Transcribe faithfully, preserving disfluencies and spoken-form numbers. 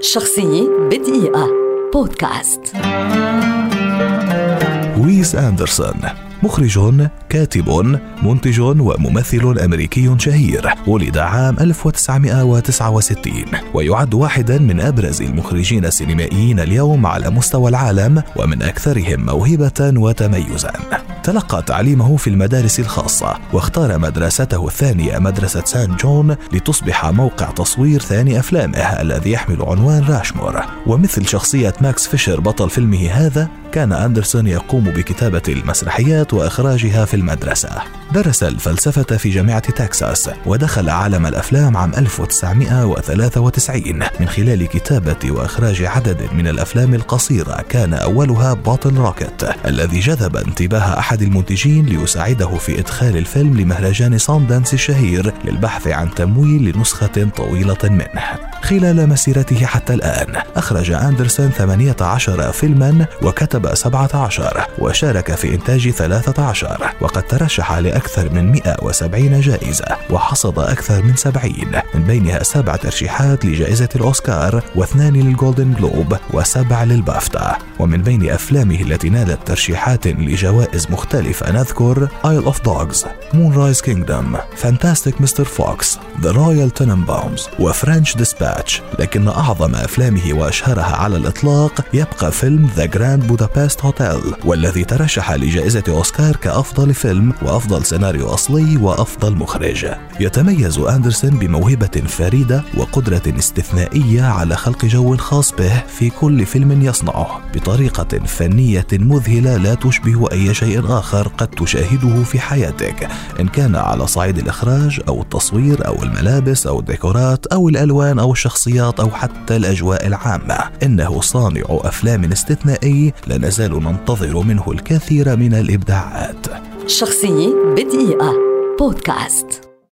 شخصية بدقيقة بودكاست. ويس أندرسون مخرج، كاتب، منتج وممثل أمريكي شهير. ولد عام ألف وتسعمائة وتسعة وستين ويعد واحدا من أبرز المخرجين السينمائيين اليوم على مستوى العالم ومن أكثرهم موهبة وتميزا. تلقى تعليمه في المدارس الخاصة واختار مدرسته الثانية مدرسة سان جون لتصبح موقع تصوير ثاني أفلامه الذي يحمل عنوان راشمور. ومثل شخصية ماكس فيشر بطل فيلمه هذا، كان أندرسون يقوم بكتابة المسرحيات وإخراجها في المدرسة. درس الفلسفة في جامعة تكساس ودخل عالم الأفلام عام ألف وتسعمائة وثلاثة وتسعين من خلال كتابة وإخراج عدد من الأفلام القصيرة، كان أولها باتل روكيت الذي جذب انتباه أحد المنتجين ليساعده في إدخال الفيلم لمهرجان ساندانس الشهير للبحث عن تمويل لنسخة طويلة منه. خلال مسيرته حتى الآن أخرج أندرسون ثمانية عشر فيلما وكتب سبعة عشر وشارك في إنتاج ثلاثة عشر، وقد ترشح لأكثر من مئة وسبعين جائزة وحصد أكثر من سبعين، من بينها سبع ترشيحات لجائزة الأوسكار واثنان للجولدن جلوب وسبع للبافتا. ومن بين أفلامه التي نالت ترشيحات لجوائز مختلفة نذكر Isle of Dogs, Moonrise Kingdom, Fantastic مستر فوكس, The Royal Tenenbaums وفرنش ديسباتش. لكن أعظم أفلامه وأشهرها على الإطلاق يبقى فيلم The Grand Budapest Hotel، والذي ترشح لجائزة أوسكار كأفضل فيلم وأفضل سيناريو أصلي وأفضل مخرج. يتميز أندرسون بموهبة فريدة وقدرة استثنائية على خلق جو خاص به في كل فيلم يصنعه بطريقة فنية مذهلة لا تشبه أي شيء آخر قد تشاهده في حياتك، إن كان على صعيد الإخراج أو التصوير أو الملابس أو الديكورات أو الألوان أو الشخصيات أو حتى الأجواء العامة. إنه صانع أفلام استثنائي لا نزال ننتظر منه الكثير من الإبداعات. شخصية بدقيقة بودكاست.